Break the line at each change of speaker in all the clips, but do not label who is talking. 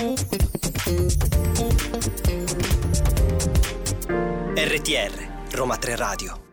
RTR Roma 3 Radio.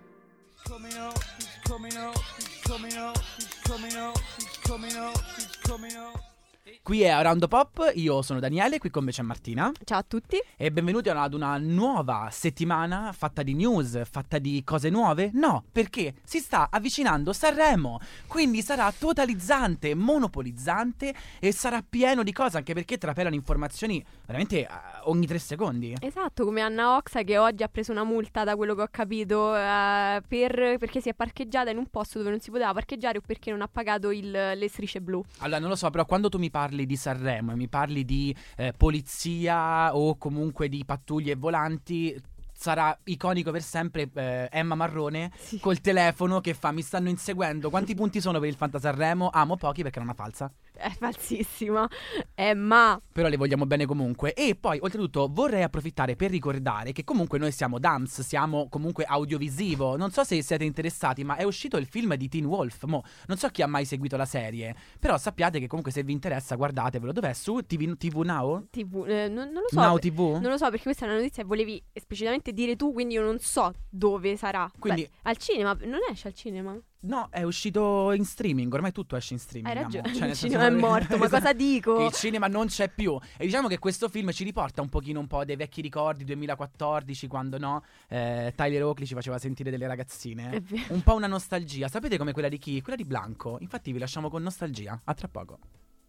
Qui è Round Pop, io sono Daniele, qui con me c'è Martina.
Ciao a tutti.
E benvenuti ad una nuova settimana fatta di news, fatta di cose nuove. No, perché si sta avvicinando Sanremo, quindi sarà totalizzante, monopolizzante e sarà pieno di cose, anche perché trapelano informazioni veramente ogni 3 secondi.
Esatto, come Anna Oxa che oggi ha preso una multa, da quello che ho capito, perché si è parcheggiata in un posto dove non si poteva parcheggiare o perché non ha pagato le strisce blu.
Allora, non lo so, però quando tu mi parli di Sanremo e mi parli di polizia o comunque di pattuglie e volanti, sarà iconico per sempre Emma Marrone col telefono che fa: mi stanno inseguendo, quanti punti sono per il Fantasanremo? Amo pochi perché è una falsa.
È falsissima, Emma.
Però le vogliamo bene comunque. E poi oltretutto vorrei approfittare per ricordare che comunque noi siamo DAMS, siamo comunque audiovisivo. Non so se siete interessati, ma è uscito il film di Teen Wolf. Non so chi ha mai seguito la serie, però sappiate che comunque se vi interessa guardatevelo. Dov'è? Su TV Now?
Non lo so.
Now TV?
Non lo so, perché questa è una notizia che volevi esplicitamente dire tu, quindi io non so dove sarà.
Quindi
al cinema, non esce al cinema?
No, è uscito in streaming, ormai tutto esce in streaming.
Hai ragione,
Cioè,
il cinema è morto, ma cosa dico?
Il cinema non c'è più. E diciamo che questo film ci riporta un po' dei vecchi ricordi, 2014, quando Tyler Oakley ci faceva sentire delle ragazzine. Un po' una nostalgia. Sapete come quella di chi? Quella di Blanco. Infatti vi lasciamo con nostalgia. A tra poco.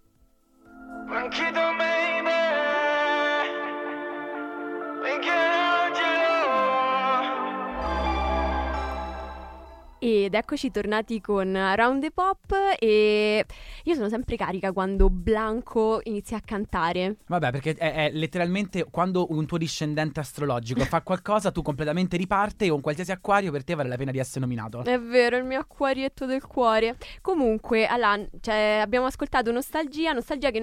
Ed eccoci tornati con Round the Pop. E io sono sempre carica quando Blanco inizia a cantare.
Vabbè, perché è letteralmente quando un tuo discendente astrologico fa qualcosa, tu completamente riparte, e con qualsiasi acquario per te vale la pena di essere nominato.
È vero, il mio acquarietto del cuore. Comunque, allora, abbiamo ascoltato Nostalgia che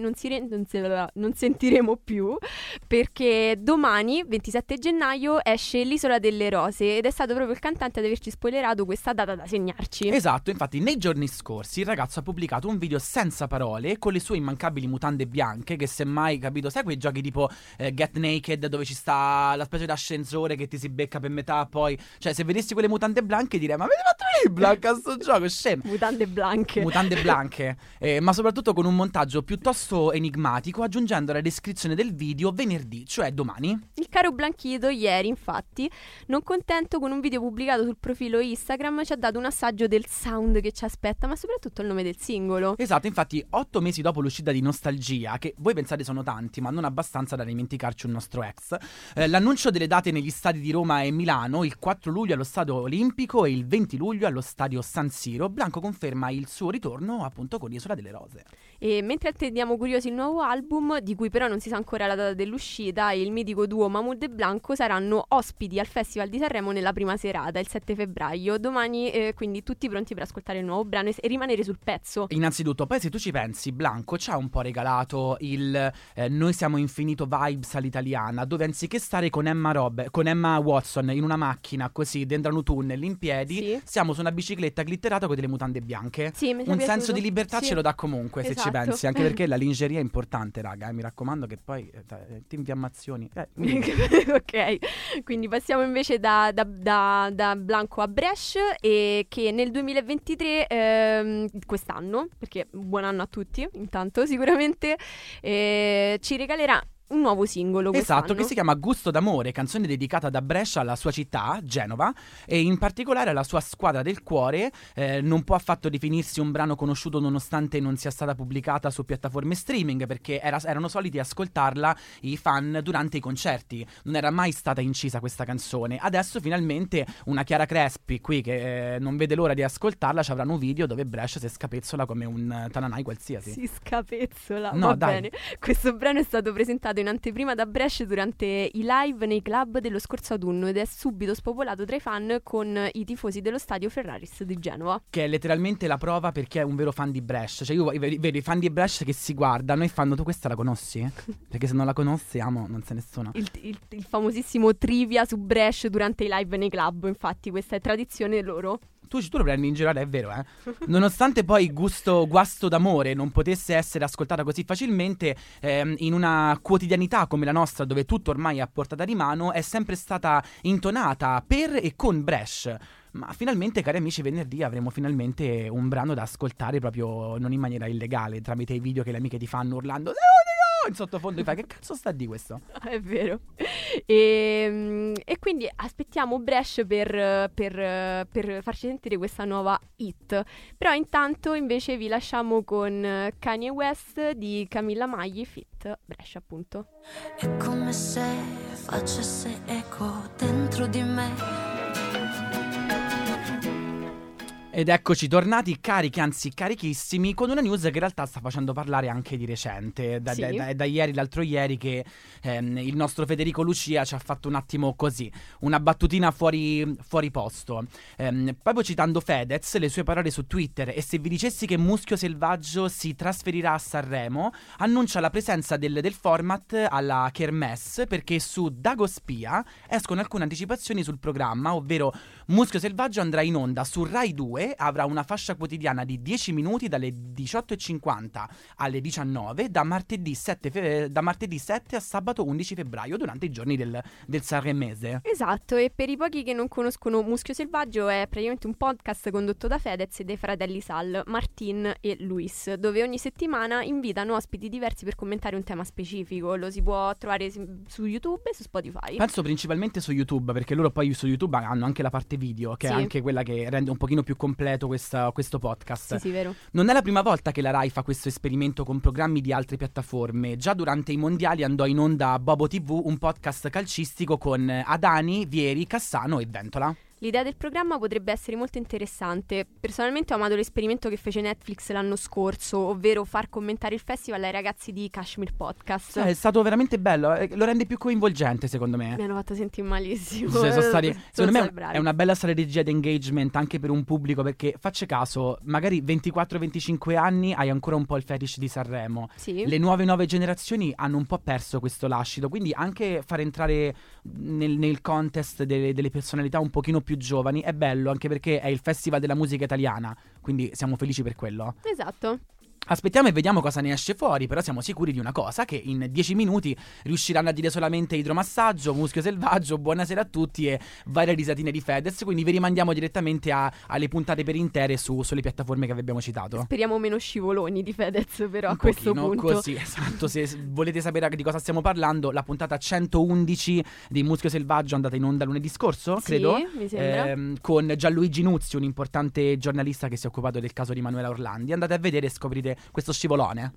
non sentiremo più, perché domani, 27 gennaio, esce L'Isola delle Rose, ed è stato proprio il cantante ad averci spoilerato questa data da segnarci.
Esatto, infatti nei giorni scorsi il ragazzo ha pubblicato un video senza parole con le sue immancabili mutande bianche, che semmai, capito, sai quei giochi tipo Get Naked, dove ci sta la specie d'ascensore che ti si becca per metà, poi, cioè, se vedessi quelle mutande bianche direi: ma avete fatto venire Blanca a sto gioco, scemo.
Mutande blanche,
ma soprattutto con un montaggio piuttosto enigmatico, aggiungendo la descrizione del video venerdì, cioè domani.
Il caro Blanchito ieri, infatti, non contento con un video pubblicato sul profilo Instagram, ci ha dato un assaggio del sound che ci aspetta, ma soprattutto il nome del singolo.
Esatto, infatti 8 mesi dopo l'uscita di Nostalgia, che voi pensate sono tanti ma non abbastanza da dimenticarci un nostro ex, l'annuncio delle date negli stadi di Roma e Milano, il 4 luglio allo Stadio Olimpico e il 20 luglio allo Stadio San Siro, Blanco conferma il suo ritorno appunto con Isola delle Rose.
E mentre attendiamo curiosi il nuovo album, di cui però non si sa ancora la data dell'uscita, il mitico duo Mahmood e Blanco saranno ospiti al Festival di Sanremo nella prima serata, il 7 febbraio. Domani, quindi tutti pronti per ascoltare il nuovo brano e rimanere sul pezzo.
Innanzitutto, poi se tu ci pensi, Blanco ci ha un po' regalato il Noi siamo infinito vibes all'italiana, dove anziché stare con Emma Watson in una macchina così dentro un tunnel in piedi, siamo su una bicicletta glitterata con delle mutande bianche.
Sì,
un senso di libertà ce lo dà comunque,
esatto.
Se ci pensi, anche perché la lingerie è importante, raga, mi raccomando, che poi ti infiammazioni.
Ok, quindi passiamo invece da Blanco a Brescia, e che nel 2023, quest'anno, perché buon anno a tutti intanto sicuramente, ci regalerà un nuovo singolo quest'anno.
Esatto, che si chiama Gusto d'amore, canzone dedicata da Brescia alla sua città, Genova, e in particolare alla sua squadra del cuore. Non può affatto definirsi un brano conosciuto nonostante non sia stata pubblicata su piattaforme streaming, perché erano soliti ascoltarla i fan durante i concerti. Non era mai stata incisa questa canzone. Adesso finalmente una Chiara Crespi qui che non vede l'ora di ascoltarla, ci avrà un video dove Brescia si scapezzola come un tananai qualsiasi.
Si scapezzola,
no,
va
dai.
Bene. Questo brano è stato presentato in anteprima da Brescia durante i live nei club dello scorso autunno, ed è subito spopolato tra i fan con i tifosi dello stadio Ferraris di Genova,
che è letteralmente la prova perché è un vero fan di Brescia. Cioè io vedo i fan di Brescia che si guardano e fanno: tu questa la conosci? Perché se non la conosci, non c'è nessuno.
Il famosissimo trivia su Brescia durante i live nei club, infatti questa è tradizione loro.
Tu lo prendi in giro, è vero, eh? Nonostante poi Guasto d'amore non potesse essere ascoltata così facilmente, in una quotidianità come la nostra, dove tutto ormai è a portata di mano, è sempre stata intonata per e con Bresh. Ma finalmente, cari amici, venerdì avremo finalmente un brano da ascoltare proprio non in maniera illegale, tramite i video che le amiche ti fanno urlando in sottofondo, fai che cazzo sta di questo?
È vero. E quindi aspettiamo Bresh per farci sentire questa nuova hit. Però intanto invece vi lasciamo con Kanye West di Camilla Magli feat Bresh, appunto.
È come se facesse eco dentro di me.
Ed eccoci tornati carichi, anzi carichissimi, con una news che in realtà sta facendo parlare anche di recente. Da ieri, l'altro ieri, che il nostro Federico Lucia ci ha fatto un attimo così, una battutina fuori posto. Proprio citando Fedez, le sue parole su Twitter: e se vi dicessi che Muschio Selvaggio si trasferirà a Sanremo, annuncia la presenza del format alla Kermesse, perché su Dagospia escono alcune anticipazioni sul programma, ovvero Muschio Selvaggio andrà in onda su Rai 2, avrà una fascia quotidiana di 10 minuti dalle 18:50 alle 19 da martedì 7 a sabato 11 febbraio durante i giorni del Sanremese.
Esatto, e per i pochi che non conoscono Muschio Selvaggio è praticamente un podcast condotto da Fedez e dai fratelli Sal, Martin e Luis, dove ogni settimana invitano ospiti diversi per commentare un tema specifico. Lo si può trovare su YouTube e su Spotify.
Penso principalmente su YouTube, perché loro poi su YouTube hanno anche la parte video, che
sì,
è anche quella che rende un pochino più completo questo podcast.
Sì, vero.
Non è la prima volta che la Rai fa questo esperimento con programmi di altre piattaforme. Già durante i mondiali andò in onda Bobo TV, un podcast calcistico con Adani, Vieri, Cassano e Ventola.
L'idea del programma potrebbe essere molto interessante. Personalmente ho amato l'esperimento che fece Netflix l'anno scorso, ovvero far commentare il festival ai ragazzi di Kashmir Podcast.
È stato veramente bello, lo rende più coinvolgente secondo me.
Mi hanno fatto sentire malissimo.
Secondo me è una bella strategia di engagement anche per un pubblico, perché faccia caso, magari 24-25 anni hai ancora un po' il fetish di Sanremo.
Sì.
Le nuove generazioni hanno un po' perso questo lascito, quindi anche far entrare nel contest delle personalità un pochino più giovani è bello, anche perché è il festival della musica italiana, quindi siamo felici per quello.
Esatto.
Aspettiamo e vediamo cosa ne esce fuori, però siamo sicuri di una cosa, che in 10 minuti riusciranno a dire solamente idromassaggio, Muschio Selvaggio, buonasera a tutti e varie risatine di Fedez, quindi vi rimandiamo direttamente alle puntate per intere sulle piattaforme che vi abbiamo citato.
Speriamo meno scivoloni di Fedez però
un
a questo
pochino,
punto.
Così, esatto, se volete sapere di cosa stiamo parlando, la puntata 111 di Muschio Selvaggio è andata in onda lunedì scorso,
sì,
credo,
mi sembra.
Con Gianluigi Nuzzi, un importante giornalista che si è occupato del caso di Manuela Orlandi. Andate a vedere e scoprite questo scivolone.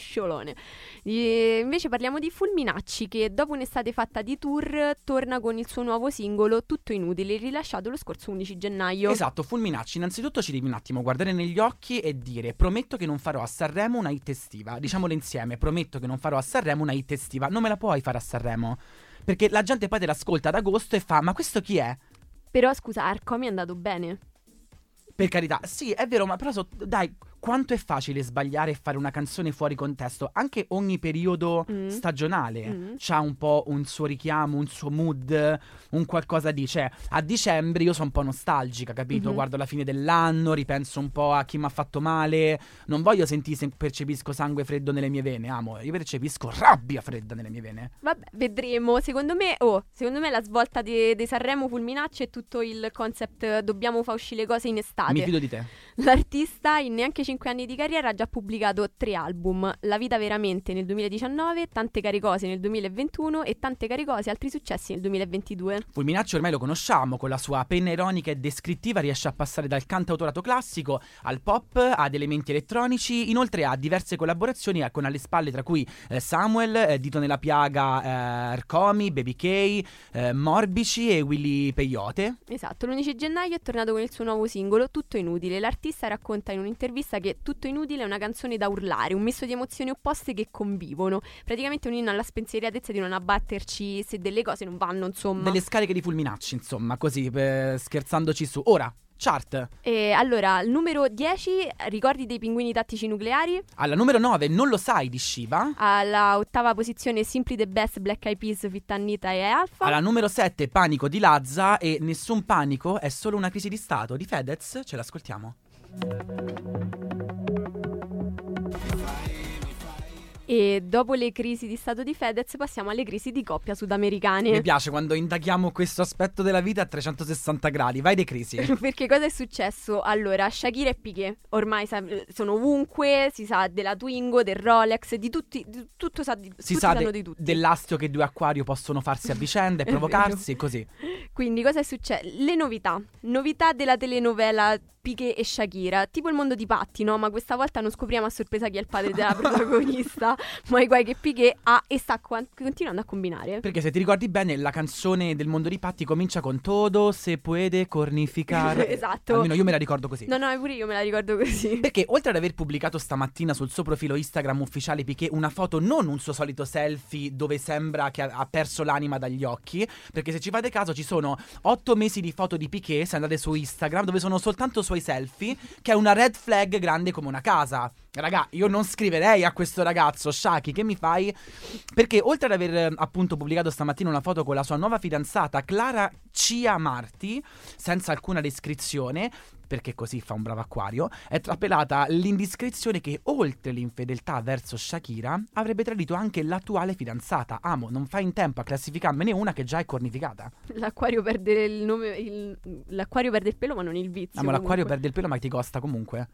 Invece parliamo di Fulminacci, che dopo un'estate fatta di tour torna con il suo nuovo singolo Tutto Inutile, rilasciato lo scorso 11 gennaio.
Esatto, Fulminacci, innanzitutto ci devi un attimo guardare negli occhi e dire: prometto che non farò a Sanremo una hit estiva. Diciamolo insieme: prometto che non farò a Sanremo una hit estiva. Non me la puoi fare a Sanremo, perché la gente poi te l'ascolta ad agosto e fa: ma questo chi è?
Però scusa, Arcomi è andato bene.
Per carità, sì, è vero, ma però dai, quanto è facile sbagliare e fare una canzone fuori contesto. Anche ogni periodo stagionale c'ha un po' un suo richiamo, un suo mood, un qualcosa di... Cioè, a dicembre io sono un po' nostalgica, capito? Guardo la fine dell'anno, ripenso un po' a chi mi ha fatto male. Non voglio sentire se percepisco sangue freddo nelle mie vene, amo. Io percepisco rabbia fredda nelle mie vene.
Vabbè, vedremo. Secondo me la svolta di Sanremo Fulminacci è tutto il concept dobbiamo far uscire le cose in estate.
Mi fido di te.
L'artista in neanche 5 anni di carriera ha già pubblicato 3 album: La vita veramente nel 2019, Tante care cose nel 2021 e Tante care cose altri successi nel 2022.
Fulminacci ormai lo conosciamo, con la sua penna ironica e descrittiva riesce a passare dal cantautorato classico al pop, ad elementi elettronici, inoltre ha diverse collaborazioni con alle spalle, tra cui Samuel, Dito nella piaga, Arcomi, Baby K, Morbici e Willy Peyote.
Esatto, l'11 gennaio è tornato con il suo nuovo singolo Tutto Inutile. L'artista racconta in un'intervista che Tutto Inutile è una canzone da urlare, un misto di emozioni opposte che convivono. Praticamente un inno alla spensieratezza di non abbatterci se delle cose non vanno, insomma.
Delle scariche di Fulminacci, insomma, così, scherzandoci su. Ora, Chart.
E allora, al numero 10, ricordi dei pinguini tattici nucleari?
Alla numero 9, Non lo sai di Shiva.
Alla 8ª posizione, Simply the Best, Black Eyed Peas, Fit Anita e Alpha.
Alla numero 7, Panico di Lazza. E Nessun panico, è solo una crisi di stato di Fedez. Ce l'ascoltiamo.
E dopo le crisi di stato di Fedez passiamo alle crisi di coppia sudamericane.
Mi piace quando indaghiamo questo aspetto della vita a 360 gradi. Vai di crisi.
Perché cosa è successo? Allora, Shakira e Piqué ormai sono ovunque, si sa della Twingo, del Rolex, di tutti, tutto sa di tutti.
Si sa
Sanno di tutti.
dell'astio che due acquario possono farsi a vicenda e
È
provocarsi, così.
Quindi cosa è successo? Le novità della telenovela Piqué e Shakira, tipo Il mondo di Patti, no? Ma questa volta non scopriamo a sorpresa chi è il padre della protagonista, ma i guai che Piqué ha e sta continuando a combinare.
Perché se ti ricordi bene, la canzone del mondo di Patti comincia con Todo se puede cornificare.
Esatto.
Almeno io me la ricordo così.
No, pure io me la ricordo così.
Perché oltre ad aver pubblicato stamattina sul suo profilo Instagram ufficiale Piqué una foto, non un suo solito selfie dove sembra che ha perso l'anima dagli occhi, perché se ci fate caso ci sono 8 mesi di foto di Piqué, se andate su Instagram, dove sono soltanto suoi selfie, che è una red flag grande come una casa. Raga, io non scriverei a questo ragazzo: Shaki, che mi fai? Perché oltre ad aver appunto pubblicato stamattina una foto con la sua nuova fidanzata Clara Cia Marti, senza alcuna descrizione, perché così fa un bravo acquario, è trapelata l'indiscrezione che oltre l'infedeltà verso Shakira avrebbe tradito anche l'attuale fidanzata. Amo, non fai in tempo a classificarmene una che già è cornificata.
L'acquario perde il nome, l'acquario perde il pelo ma non il vizio.
Ma l'acquario
comunque.
perde il pelo ma ti costa comunque.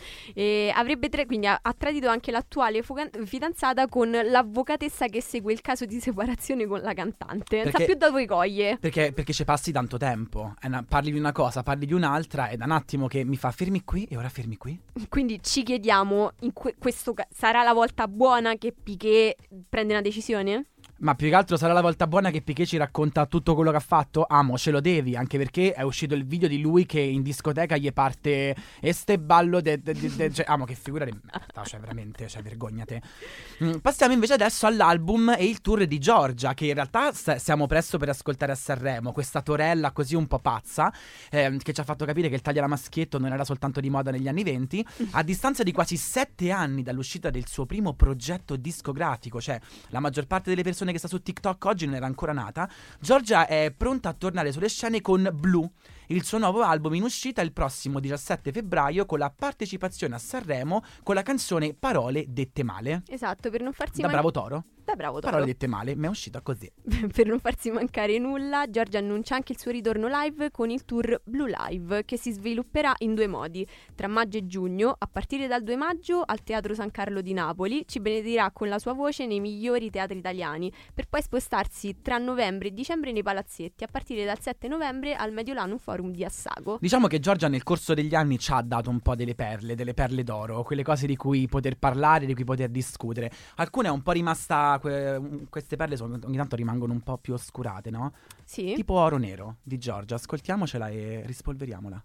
E quindi ha tradito anche l'attuale fidanzata con l'avvocatessa che segue il caso di separazione con la cantante. Non sa più dove coglie.
Perché ci passi tanto tempo. Parli di una cosa, parli di un'altra, ed è un attimo che mi fa fermi qui e ora fermi qui.
Quindi ci chiediamo, sarà la volta buona che Piqué prende una decisione?
Ma più che altro sarà la volta buona che Piqué ci racconta tutto quello che ha fatto? Amo, ce lo devi, anche perché è uscito il video di lui che in discoteca gli parte este ballo cioè, amo, che figura di merda, cioè veramente, cioè vergognate. Passiamo invece adesso all'album e il tour di Giorgia, che in realtà siamo presto per ascoltare a Sanremo, questa torella così un po' pazza, che ci ha fatto capire che il tagliala maschietto non era soltanto di moda negli anni 20, a distanza di quasi 7 anni dall'uscita del suo primo progetto discografico, cioè la maggior parte delle persone che sta su TikTok oggi non era ancora nata. Giorgia è pronta a tornare sulle scene con Blue, il suo nuovo album in uscita il prossimo 17 febbraio con la partecipazione a Sanremo con la canzone Parole dette male.
Esatto, per non farsi
Da bravo Toro.
Da bravo Toro.
Parole dette male, mi è uscita così.
Per non farsi mancare nulla, Giorgia annuncia anche il suo ritorno live con il tour Blue Live, che si svilupperà in 2 modi. Tra maggio e giugno, a partire dal 2 maggio al Teatro San Carlo di Napoli, ci benedirà con la sua voce nei migliori teatri italiani, per poi spostarsi tra novembre e dicembre nei palazzetti, a partire dal 7 novembre al Mediolanum Forum di Assago.
Diciamo che Giorgia nel corso degli anni ci ha dato un po' delle perle d'oro, quelle cose di cui poter parlare, di cui poter discutere. Alcune è un po' rimasta, queste perle ogni tanto rimangono un po' più oscurate, no?
Sì.
Tipo Oro Nero di Giorgia, ascoltiamocela e rispolveriamola.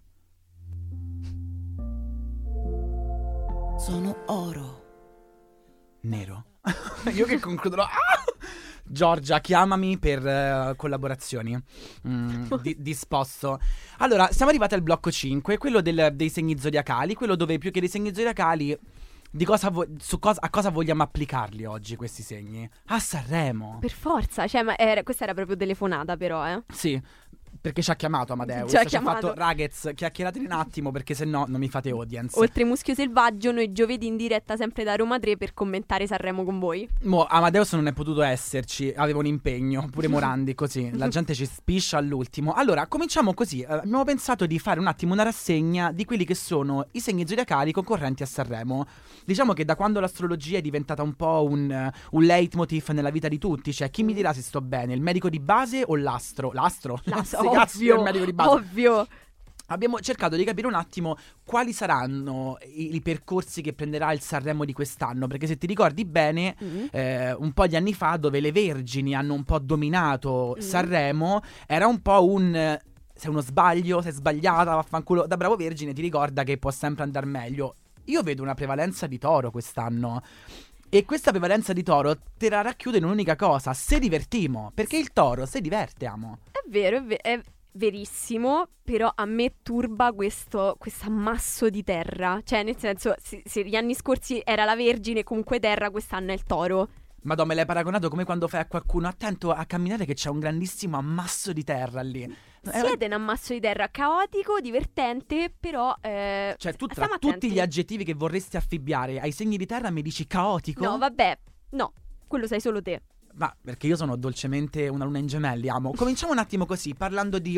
Sono oro
nero. Io che concluderò. Giorgia, chiamami per collaborazioni. Disposto. Allora, siamo arrivati al blocco 5, quello dei segni zodiacali, quello dove più che dei segni zodiacali a cosa vogliamo applicarli oggi questi segni? A Sanremo.
Per forza, cioè, questa era proprio telefonata però,
Sì. Perché ci ha chiamato Amadeus.
Ci ha
fatto, ragazzi, chiacchieratene un attimo perché se no non mi fate audience.
Oltre Muschio Selvaggio, noi giovedì in diretta sempre da Roma 3 per commentare Sanremo con voi.
Amadeus non è potuto esserci, aveva un impegno, pure Morandi, così. La gente ci spiscia all'ultimo. Allora, cominciamo così. Abbiamo pensato di fare un attimo una rassegna di quelli che sono i segni zodiacali concorrenti a Sanremo. Diciamo che da quando l'astrologia è diventata un po' un leitmotiv nella vita di tutti, cioè chi mi dirà se sto bene, il medico di base o l'astro? L'astro?
Ovvio,
il medico di base.
ovvio.
Abbiamo cercato di capire un attimo quali saranno i percorsi che prenderà il Sanremo di quest'anno, perché se ti ricordi bene, un po' di anni fa, dove le Vergini hanno un po' dominato Sanremo, era un po' un... Se uno sbaglio, se è sbagliata, vaffanculo. Da bravo Vergine ti ricorda che può sempre andare meglio. Io vedo una prevalenza di Toro quest'anno. E questa prevalenza di Toro te la racchiude in un'unica cosa: se divertimo. Perché il Toro si diverte, amo.
È vero, verissimo, però a me turba questo ammasso di terra. Cioè, nel senso, se gli anni scorsi era la Vergine, comunque terra, quest'anno è il Toro.
Madonna, me l'hai paragonato come quando fai a qualcuno attento a camminare che c'è un grandissimo ammasso di terra lì.
Siete un ammasso di terra caotico, divertente, però
Cioè tu tra
stiamo
tutti
attenti.
gli aggettivi che vorresti affibbiare ai segni di terra mi dici caotico?
No, vabbè, no, quello sai solo te.
Ma perché io sono dolcemente una luna in gemelli, amo. Cominciamo un attimo così, parlando di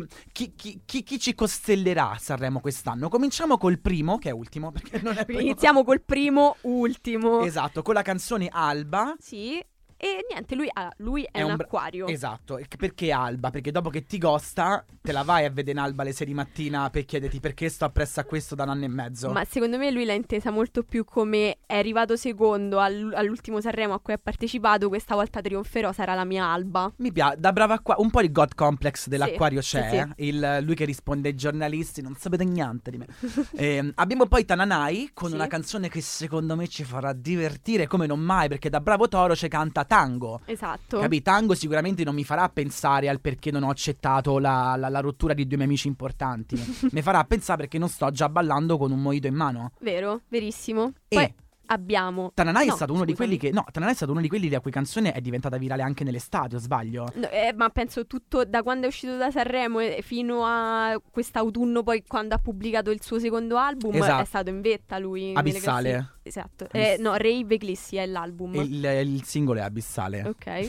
chi ci costellerà a Sanremo quest'anno. Cominciamo col primo, che è ultimo, perché non è primo.
Iniziamo col primo, ultimo.
Esatto, con la canzone Alba.
Sì. E niente, lui è un acquario.
Esatto, perché Alba? Perché dopo che ti gosta, te la vai a vedere in Alba alle 6 di mattina per chiederti perché sto appresso a questo da un anno e mezzo.
Ma secondo me lui l'ha intesa molto più come è arrivato secondo all'ultimo Sanremo a cui ha partecipato, questa volta trionferò, sarà la mia Alba.
Mi piace, da brava un po' di God complex dell'acquario
Sì,
c'è.
sì.
Lui che risponde ai giornalisti, non sapete niente di me. Abbiamo poi Tananai con
Sì.
una canzone che secondo me ci farà divertire come non mai, perché da bravo Toro ci canta Tango.
Esatto.
Capì? Tango sicuramente non mi farà pensare al perché non ho accettato la rottura di 2 miei amici importanti. Mi farà pensare perché non sto già ballando con un mojito in mano.
Vero, verissimo.
E
Poi abbiamo
Tananai
No,
è stato uno di
scusami.
quelli che Tananai è stato uno di quelli la cui canzone è diventata virale anche nell'estate, o sbaglio?
No, ma penso tutto da quando è uscito da Sanremo fino a quest'autunno, poi quando ha pubblicato il suo secondo album,
Esatto.
è stato in vetta lui. nelle
Abissale.
classifiche. Esatto.
Abiss-
No, Rave Eclissi è l'album.
Il singolo è Abissale.
Ok.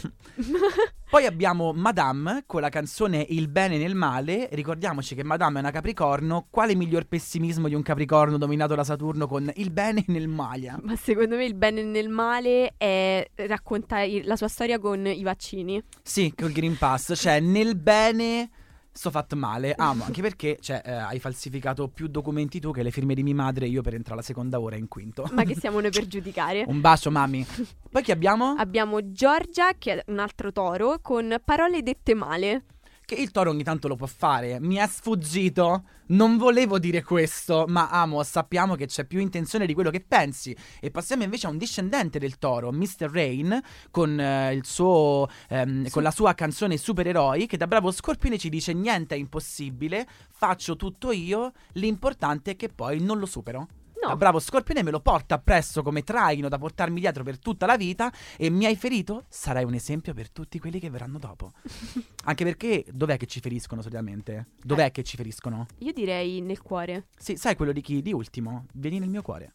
Poi abbiamo Madame con la canzone Il bene nel male. Ricordiamoci che Madame è una Capricorno. Quale miglior pessimismo di un Capricorno dominato da Saturno con il bene nel male?
Ma secondo me il bene nel male racconta la sua storia con i vaccini.
Sì, col Green Pass. Cioè, nel bene sto fatto male. Amo, anche perché hai falsificato più documenti tu che le firme di mia madre. Io per entrare alla seconda ora in quinto.
Ma che siamo noi per giudicare?
Un bacio, mami. Poi chi abbiamo?
Abbiamo Giorgia, che è un altro toro, con parole dette male.
Che il Toro ogni tanto lo può fare. Mi è sfuggito. Non volevo dire questo, ma amo, sappiamo che c'è più intenzione di quello che pensi. E passiamo invece a un discendente del Toro, Mr. Rain, con il suo con la sua canzone Supereroi, che da bravo Scorpione ci dice: niente è impossibile, faccio tutto io, l'importante è che poi non lo supero.
No.
Da bravo Scorpione me lo porta appresso come traino da portarmi dietro per tutta la vita. E mi hai ferito? Sarai un esempio per tutti quelli che verranno dopo. Anche perché dov'è che ci feriscono solitamente? Dov'è che ci feriscono?
Io direi nel cuore.
Sì, sai quello di chi? Di ultimo. Vieni nel mio cuore.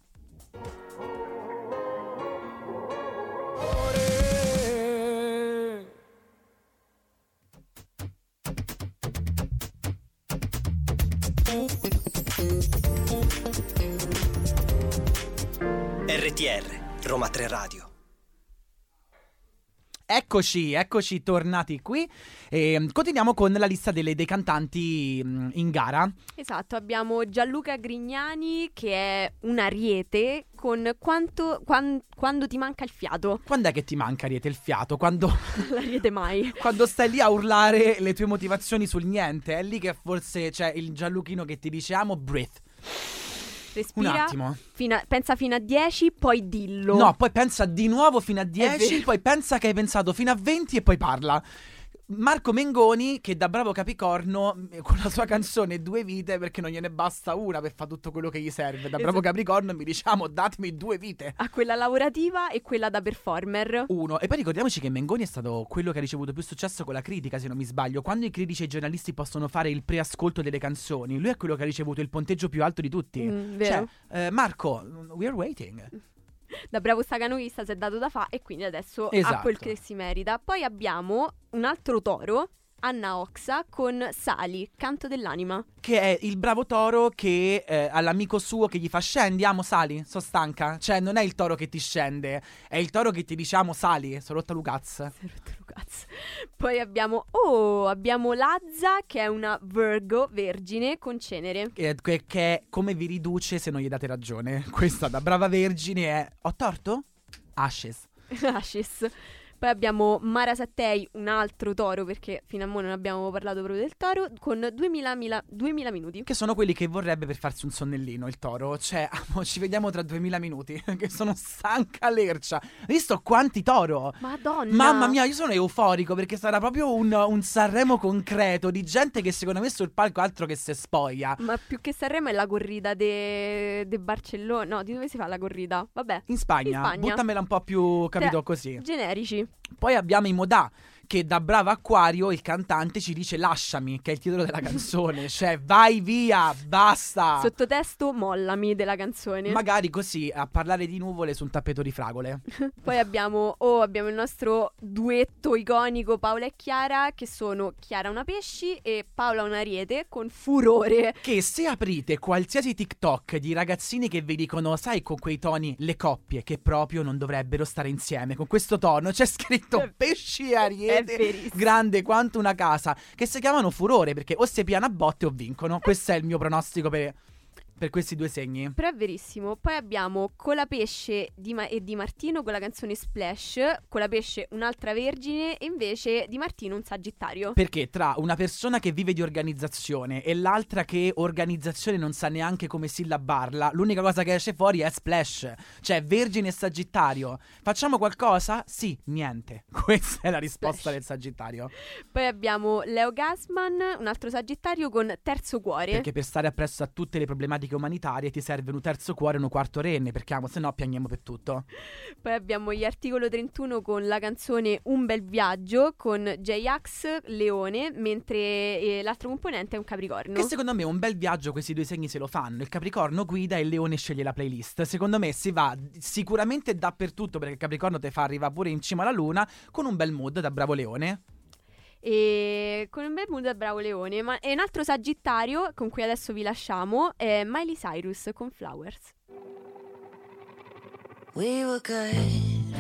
RTR, Roma 3 Radio.
Eccoci tornati qui. E continuiamo con la lista dei cantanti in gara.
Esatto, abbiamo Gianluca Grignani che è un ariete con quando ti manca il fiato.
Quando è che ti manca, Ariete, il fiato? Quando
L'ariete mai.
quando stai lì a urlare le tue motivazioni sul niente. È lì che forse c'è il Gianluchino che ti dice amo, breath. Un
Respira,
attimo.
pensa fino a 10, poi dillo.
No, poi pensa di nuovo fino a 10,
vero.
poi pensa che hai pensato fino a 20 e poi parla. Marco Mengoni, che da bravo Capricorno, con la sua canzone Due vite, perché non gliene basta una per fare tutto quello che gli serve. Da bravo
Esatto.
Capricorno mi diciamo datemi 2 vite.
Ha quella lavorativa e quella da performer.
Uno. E poi ricordiamoci che Mengoni è stato quello che ha ricevuto più successo con la critica, se non mi sbaglio. Quando i critici e i giornalisti possono fare il preascolto delle canzoni, lui è quello che ha ricevuto il punteggio più alto di tutti.
Vero.
Cioè, Marco, we are waiting.
Da bravo stacanoista si è dato da fa e quindi adesso ha
Esatto.
quel che si merita. Poi abbiamo un altro toro, Anna Oxa, con Sali, Canto dell'anima.
Che è il bravo Toro che all'amico suo che gli fa scendi, amo sali, sto stanca. Cioè non è il toro che ti scende, è il toro che ti dice amo sali, sono rotta Lucaz.
Si è rotto il cazzo. Poi abbiamo Lazza, che è una Virgo vergine con Cenere.
Che è come vi riduce se non gli date ragione. Questa da brava vergine è ho torto? Ashes.
Ashes. Poi abbiamo Mara Sattei, un altro toro, perché fino a ora non abbiamo parlato proprio del toro, con 2000 minuti.
Che sono quelli che vorrebbe per farsi un sonnellino, il toro. Cioè, ci vediamo tra 2000 minuti, che sono stanca lercia. Hai visto quanti toro?
Madonna!
Mamma mia, io sono euforico perché sarà proprio un Sanremo concreto di gente che secondo me sul palco altro che se spoglia.
Ma più che Sanremo è la corrida de Barcellona. No, di dove si fa la corrida? Vabbè.
In Spagna. Buttamela un po' più, capito, così.
Generici.
Poi abbiamo i Modà, che da bravo acquario il cantante ci dice lasciami, che è il titolo della canzone. Cioè vai via, basta.
Sottotesto mollami della canzone.
Magari così a parlare di nuvole su un tappeto di fragole.
Poi abbiamo il nostro duetto iconico Paola e Chiara, che sono Chiara una pesci e Paola un ariete, con Furore.
Che se aprite qualsiasi TikTok di ragazzini che vi dicono, sai, con quei toni, le coppie che proprio non dovrebbero stare insieme, con questo tono c'è scritto pesci e ariete, grande quanto una casa, che si chiamano Furore, perché o si piano a botte o vincono. Questo è il mio pronostico per questi due segni.
Però è verissimo. Poi abbiamo Colapesce e Di Martino con la canzone Splash. Colapesce un'altra vergine e invece Di Martino un sagittario.
Perché tra una persona che vive di organizzazione e l'altra che organizzazione non sa neanche come sillabarla, l'unica cosa che esce fuori è Splash. Cioè vergine e sagittario. Facciamo qualcosa? Sì, niente. Questa è la risposta del sagittario.
Poi abbiamo Leo Gassman, un altro sagittario, con Terzo Cuore.
Perché per stare appresso a tutte le problematiche umanitarie ti serve un terzo cuore e un quarto renne, perché se no piagniamo per tutto.
Poi abbiamo gli Articolo 31 con la canzone Un bel viaggio con J-Ax, Leone, mentre l'altro componente è un Capricorno.
Che secondo me un bel viaggio questi due segni se lo fanno. Il Capricorno guida e il Leone sceglie la playlist. Secondo me si va sicuramente dappertutto, perché il Capricorno te fa arrivare pure in cima alla luna con un bel mood da bravo Leone.
E con un bel mood da bravo Leone. Ma è un altro sagittario con cui adesso vi lasciamo, è Miley Cyrus con Flowers.
We were good.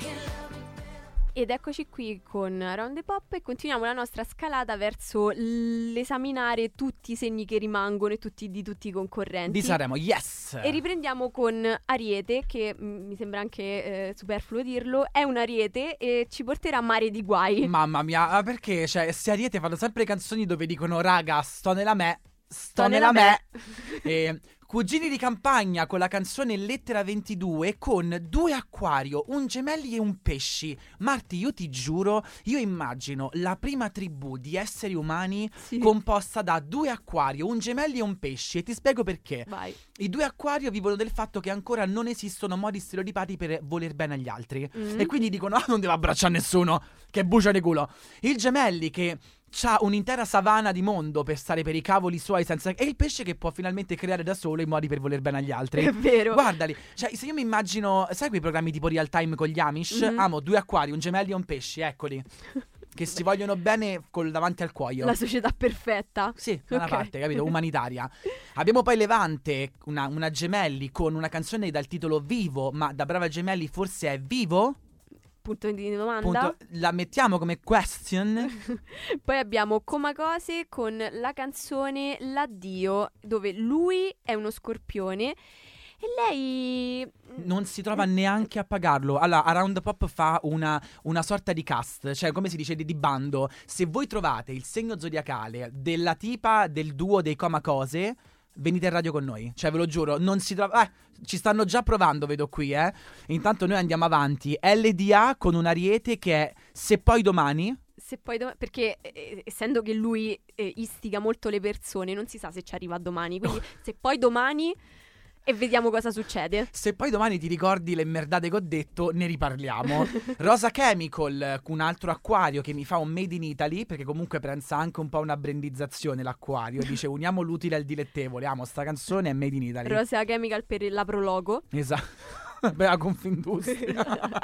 Ed eccoci qui con Around the Pop e continuiamo la nostra scalata verso l'esaminare tutti i segni che rimangono e di tutti i concorrenti
di Sanremo, yes!
E riprendiamo con Ariete, che mi sembra anche superfluo dirlo, è un Ariete e ci porterà a mare di guai.
Mamma mia, perché cioè, se Ariete fanno sempre canzoni dove dicono raga, sto nella me. E Cugini di campagna con la canzone Lettera 22 con due acquario, un gemelli e un pesci. Marti, io ti giuro, io immagino la prima tribù di esseri umani composta da due acquario, un gemelli e un pesci. E ti spiego perché.
Vai.
I due acquario vivono del fatto che ancora non esistono modi stereotipati per voler bene agli altri. E quindi dicono, non devo abbracciare nessuno, che bucia di culo. Il gemelli che c'ha un'intera savana di mondo per stare per i cavoli suoi senza... E il pesce che può finalmente creare da solo i modi per voler bene agli altri.
È vero.
Guardali, cioè se io mi immagino, sai quei programmi tipo Real Time con gli Amish? Amo due acquari, un gemelli e un pesce, eccoli. Che si vogliono bene davanti al cuoio.
La società perfetta.
Sì, da una parte, capito? Umanitaria. Abbiamo poi Levante, una gemelli con una canzone dal titolo Vivo, ma da brava gemelli forse è Vivo?
Punto di domanda.
La mettiamo come question.
Poi abbiamo Comacose con la canzone L'addio, dove lui è uno scorpione e lei
non si trova neanche a pagarlo. Allora, Around the Pop fa una sorta di cast, cioè come si dice, di bando. Se voi trovate il segno zodiacale della tipa del duo dei Comacose, venite in radio con noi, cioè ve lo giuro, non si trova... ci stanno già provando, vedo qui, Intanto noi andiamo avanti. LDA con un ariete che è Se poi domani...
perché essendo che lui istiga molto le persone, non si sa se ci arriva domani, quindi se poi domani... E vediamo cosa succede.
Se poi domani ti ricordi le merdate che ho detto, ne riparliamo. Rosa Chemical, un altro acquario che mi fa un made in Italy, perché comunque pensa anche un po' una brandizzazione l'acquario. Dice uniamo l'utile al dilettevole. Amo, sta canzone è made in Italy.
Rosa Chemical per la prologo.
Esatto. Beh, la Confindustria.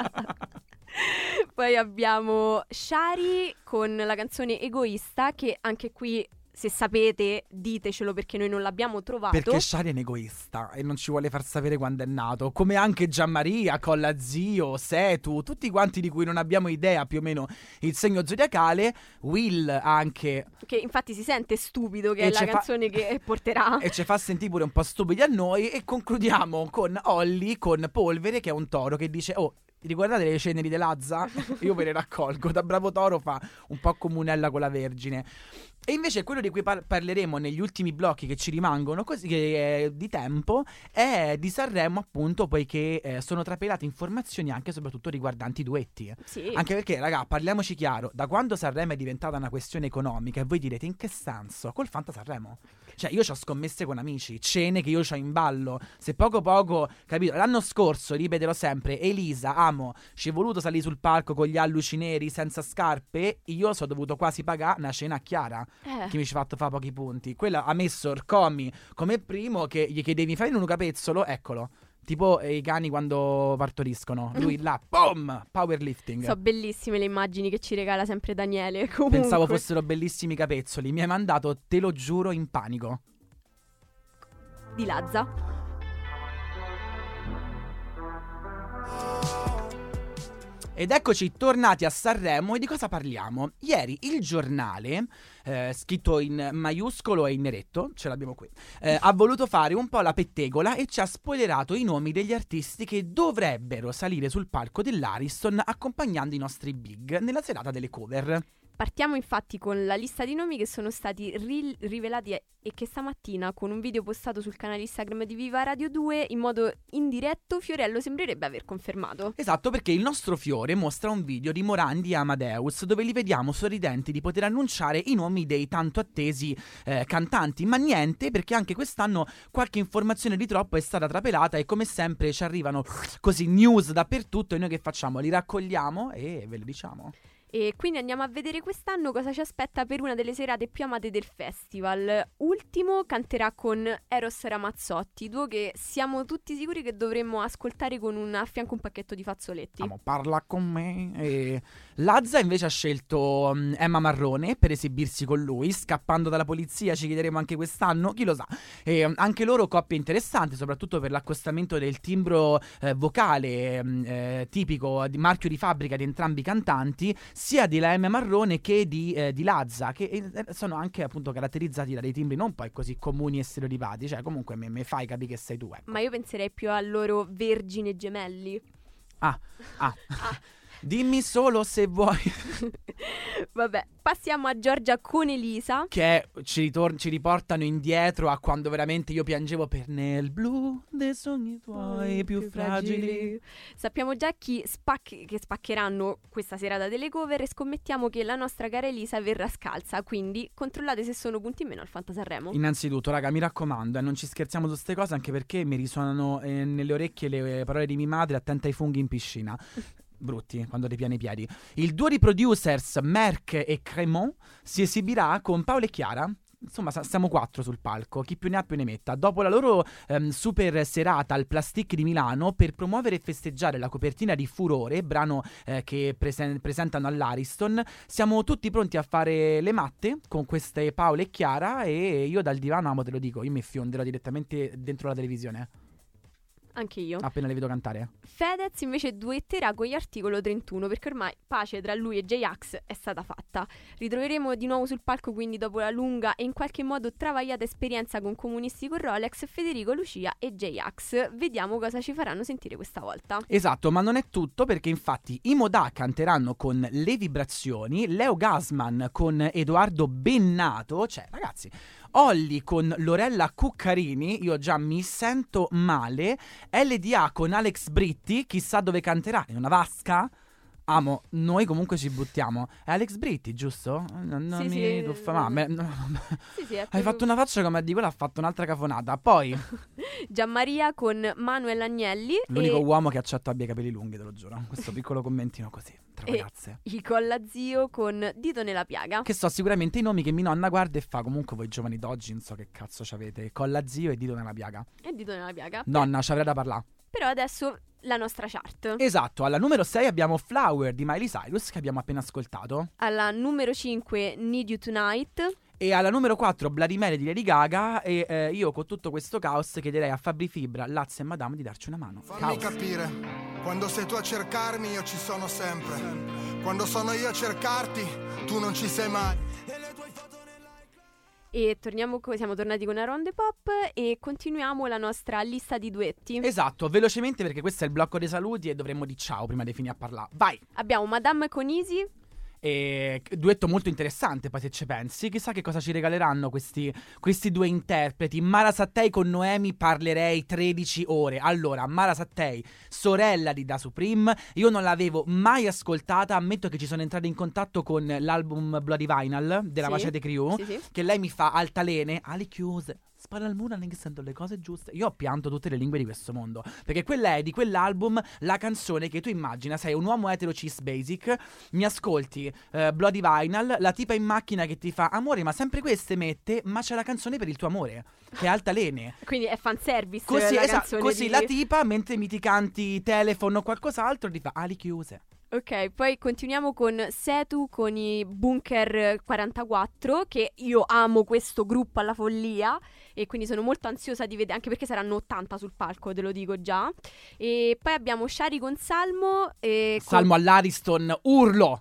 Poi abbiamo Shari con la canzone Egoista, che anche qui... Se sapete, ditecelo perché noi non l'abbiamo trovato.
Perché Shari è un egoista e non ci vuole far sapere quando è nato. Come anche Gianmaria, Colla Zio, Setu, tutti quanti di cui non abbiamo idea più o meno il segno zodiacale. Will anche. Che
infatti si sente stupido, che è la canzone che porterà.
E ci fa sentire pure un po' stupidi a noi. E concludiamo con Olly, con Polvere, che è un toro, che dice... Oh, ricordate le ceneri di Lazza? Io ve le raccolgo. Da Bravo Toro fa un po' comunella con la Vergine. E invece quello di cui parleremo negli ultimi blocchi che ci rimangono così di tempo è di Sanremo, appunto, poiché sono trapelate informazioni anche e soprattutto riguardanti i duetti.
Sì.
Anche perché, raga, parliamoci chiaro, da quando Sanremo è diventata una questione economica, e voi direte in che senso? Col Fanta Sanremo. Cioè io c'ho scommesse con amici, cene che io c'ho in ballo. Se poco, capito? L'anno scorso, ripeterò sempre, Elisa, amo, ci è voluto salire sul palco con gli alluci neri senza scarpe, io sono dovuto quasi pagare una cena a Chiara. Che mi ci ha fatto fare pochi punti. Quella ha messo Orcomi come primo, che gli chiedevi fai un capezzolo, eccolo. Tipo i cani quando partoriscono. Lui là, boom, powerlifting.
So bellissime le immagini che ci regala sempre Daniele. Comunque.
Pensavo fossero bellissimi capezzoli. Mi hai mandato, te lo giuro, in panico.
Di Lazza.
Ed eccoci tornati a Sanremo. E di cosa parliamo? Ieri il giornale, scritto in maiuscolo e in neretto, ce l'abbiamo qui, ha voluto fare un po' la pettegola e ci ha spoilerato i nomi degli artisti che dovrebbero salire sul palco dell'Ariston accompagnando i nostri big nella serata delle cover.
Partiamo infatti con la lista di nomi che sono stati rivelati e che stamattina, con un video postato sul canale Instagram di Viva Radio 2, in modo indiretto Fiorello sembrerebbe aver confermato.
Esatto, perché il nostro Fiore mostra un video di Morandi e Amadeus dove li vediamo sorridenti di poter annunciare i nomi dei tanto attesi cantanti, ma niente, perché anche quest'anno qualche informazione di troppo è stata trapelata e come sempre ci arrivano così news dappertutto e noi che facciamo? Li raccogliamo e ve le diciamo.
E quindi andiamo a vedere quest'anno cosa ci aspetta per una delle serate più amate del festival. Ultimo canterà con Eros Ramazzotti, duo che siamo tutti sicuri che dovremmo ascoltare con a fianco un pacchetto di fazzoletti.
Amo, parla con me. E Lazza invece ha scelto Emma Marrone per esibirsi con lui, scappando dalla polizia, ci chiederemo anche quest'anno, chi lo sa. E anche loro coppie interessanti, soprattutto per l'accostamento del timbro vocale tipico di marchio di fabbrica di entrambi i cantanti, sia di Emma Marrone che di Lazza, che sono anche appunto caratterizzati da dei timbri non poi così comuni e stereotipati. Cioè comunque me fai capire che sei tu, ecco.
Ma io penserei più a loro vergine gemelli.
Ah. Dimmi solo se vuoi.
Vabbè, passiamo a Giorgia con Elisa,
che ci riportano indietro a quando veramente io piangevo per nel blu dei sogni tuoi più fragili.
Sappiamo già che spaccheranno questa serata delle cover e scommettiamo che la nostra cara Elisa verrà scalza, quindi controllate se sono punti in meno al Fanta Sanremo.
Innanzitutto, raga, mi raccomando, non ci scherziamo su queste cose, anche perché mi risuonano nelle orecchie le parole di mia madre: attenta ai funghi in piscina. Brutti quando ripiani i piedi. Il duo di producers Merck e Cremont si esibirà con Paola e Chiara. Insomma, siamo 4 sul palco, chi più ne ha più ne metta. Dopo la loro super serata al Plastic di Milano, per promuovere e festeggiare la copertina di Furore, brano che presentano all'Ariston, siamo tutti pronti a fare le matte con queste Paola e Chiara. E io dal divano, amo, te lo dico, io mi fionderò direttamente dentro la televisione.
Anche io.
Appena le vedo cantare.
Fedez invece duetterà con gli Articolo 31, perché ormai pace tra lui e J-Ax è stata fatta. Ritroveremo di nuovo sul palco, quindi, dopo la lunga e in qualche modo travagliata esperienza con Comunisti con Rolex, Federico, Lucia e J-Ax. Vediamo cosa ci faranno sentire questa volta.
Esatto, ma non è tutto, perché infatti i Modà canteranno con Le Vibrazioni, Leo Gasman con Edoardo Bennato, cioè ragazzi, Olli con Lorella Cuccarini, io già mi sento male. LDA con Alex Britti, chissà dove canterà, in una vasca? Amo, noi comunque ci buttiamo. È Alex Britti, giusto? Non
sì,
mi
sì,
tuffa, ma
sì,
hai fatto una faccia come a di quella, ha fatto un'altra cafonata. Poi
Gianmaria con Manuel Agnelli,
l'unico uomo che accetto abbia i capelli lunghi, te lo giuro. Questo piccolo commentino così, tra ragazze.
I Colla Zio con Dito nella piaga.
Che so sicuramente i nomi che mia nonna guarda e fa: comunque voi giovani d'oggi non so che cazzo c'avete. Colla Zio e Dito nella piaga.
E Dito nella piaga.
Nonna, ci avrei da parlare.
Però adesso la nostra chart.
Esatto, alla numero 6 abbiamo Flower di Miley Cyrus, che abbiamo appena ascoltato.
Alla numero 5 Need You Tonight.
E alla numero 4 Bloody Mary di Lady Gaga. E io con tutto questo caos chiederei a Fabri Fibra, Lazza e Madame di darci una mano.
Fammi capire, quando sei tu a cercarmi io ci sono sempre. Quando sono io a cercarti tu non ci sei mai.
E siamo tornati con Around the Pop e continuiamo la nostra lista di duetti.
Esatto, velocemente perché questo è il blocco dei saluti e dovremmo dire ciao prima di finire a parlare. Vai!
Abbiamo Madame con Easy.
E duetto molto interessante, poi se ci pensi, chissà che cosa ci regaleranno questi due interpreti. Mara Sattei con Noemi parlerei 13 ore. Allora, Mara Sattei, sorella di Da Supreme, io non l'avevo mai ascoltata, ammetto che ci sono entrato in contatto con l'album Bloody Vinyl della
Sì.
Machete Crew,
Sì.
che lei mi fa altalene, ali chiuse, spara al muro, che sento le cose giuste. Io ho pianto tutte le lingue di questo mondo, perché quella è di quell'album la canzone che tu immagina, sei un uomo etero cis basic, mi ascolti Bloody Vinyl, la tipa in macchina che ti fa amore, ma sempre queste mette, ma c'è la canzone per il tuo amore, che è altalene.
Quindi è fanservice
Così,
la
esatto,
canzone
così
di...
la tipa, mentre mi ti canti telefono o qualcos'altro, ti fa ali chiuse.
Ok, poi continuiamo con Setu con i Bunker 44, che io amo questo gruppo alla follia e quindi sono molto ansiosa di vedere, anche perché saranno 80 sul palco, te lo dico già. E poi abbiamo Shari con Salmo e
Salmo all'Ariston, urlo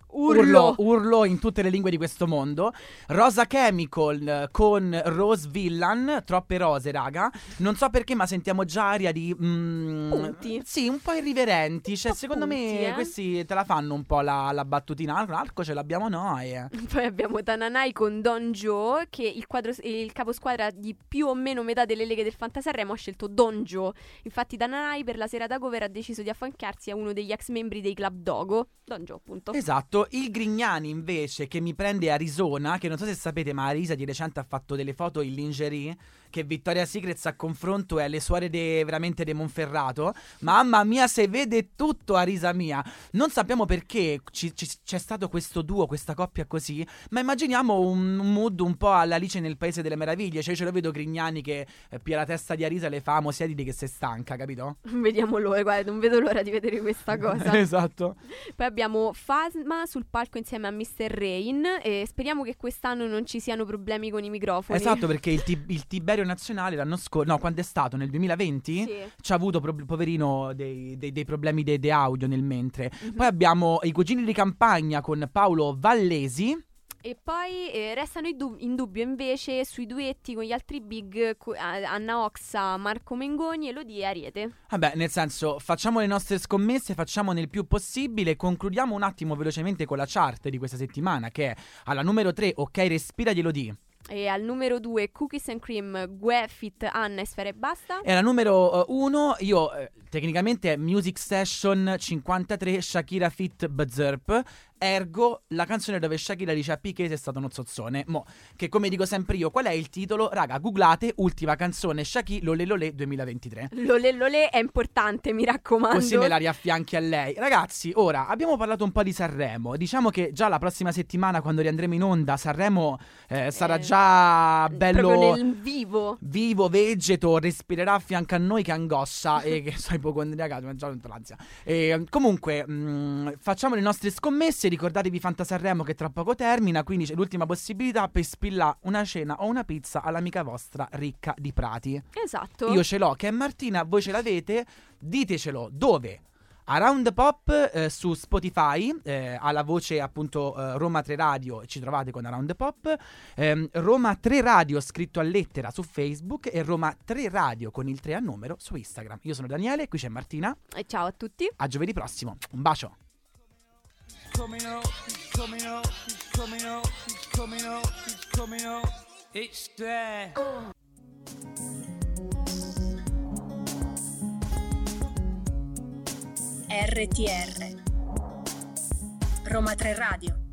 in tutte le lingue di questo mondo. Rosa Chemical con Rose Villan, troppe rose raga, non so perché ma sentiamo già aria di
punti.
Sì, un po' irriverenti, cioè secondo
punti,
me questi te la fanno un po' la battutina, l'arco ce l'abbiamo noi.
Poi abbiamo Tananai con Don Joe, che il caposquadra di più o meno metà delle leghe del Fantasanremo ha scelto Don Joe. Infatti Tananai per la serata cover ha deciso di affiancarsi a uno degli ex membri dei Club Dogo, Don Joe appunto.
Esatto, il Grignani invece che mi prende Arizona, che non so se sapete ma Arisa di recente ha fatto delle foto in lingerie, che Victoria's Secret a confronto è le suore veramente de Monferrato. Mamma mia, se vede tutto Arisa mia. Non sappiamo perché c'è stato questo duo, questa coppia così, ma immaginiamo un mood un po' all'Alice nel Paese delle Meraviglie. Cioè io ce lo vedo Grignani che pia la testa di Arisa e le fa siediti che sei stanca, capito?
Vediamo l'ora, guarda, non vedo l'ora di vedere questa cosa.
Esatto.
Poi abbiamo Fasma sul palco insieme a Mr. Rain e speriamo che quest'anno non ci siano problemi con i microfoni.
Esatto, perché il Tiberio Nazionale l'anno scorso, no, quando è stato? Nel 2020?
Sì.
C'ha avuto poverino dei problemi di audio nel mentre. Poi abbiamo i Cugini di Campagna con Paolo Vallesi.
E poi restano in dubbio invece sui duetti con gli altri big, Anna Oxa, Marco Mengoni, Elodie e Ariete.
Vabbè, nel senso, facciamo le nostre scommesse, facciamo nel più possibile. Concludiamo un attimo velocemente con la chart di questa settimana, che è alla numero 3, Ok Respira di Elodie.
E al numero 2 Cookies and Cream, Gue Fit Anna e Sfera e Basta.
E alla numero 1 io tecnicamente è Music Session 53 Shakira Fit Bzerp, ergo la canzone dove Shakira dice a Piqué sei stato uno zozzone. Mo, che come dico sempre io, qual è il titolo? Raga, googlate ultima canzone Shakira Lolé Lolé 2023.
Lolé Lolé è importante, mi raccomando.
Così me la riaffianchi a lei. Ragazzi, ora abbiamo parlato un po' di Sanremo. Diciamo che già la prossima settimana, quando riandremo in onda, Sanremo sarà già bello
proprio nel vivo,
vegeto, respirerà a fianco a noi che angoscia e che so ipocondriacato, ma già tutta l'ansia. Comunque facciamo le nostre scommesse. Ricordatevi Fantasanremo che tra poco termina, quindi c'è l'ultima possibilità per spillare una cena o una pizza all'amica vostra ricca di prati.
Esatto.
Io ce l'ho, che è Martina, voi ce l'avete, ditecelo dove. Around the Pop su Spotify, alla voce appunto Roma 3 Radio, ci trovate con Around the Pop, Roma 3 Radio scritto a lettera su Facebook e Roma 3 Radio con il 3 a numero su Instagram. Io sono Daniele, qui c'è Martina.
E ciao a tutti.
A giovedì prossimo, un bacio.
RTR Roma 3 Radio.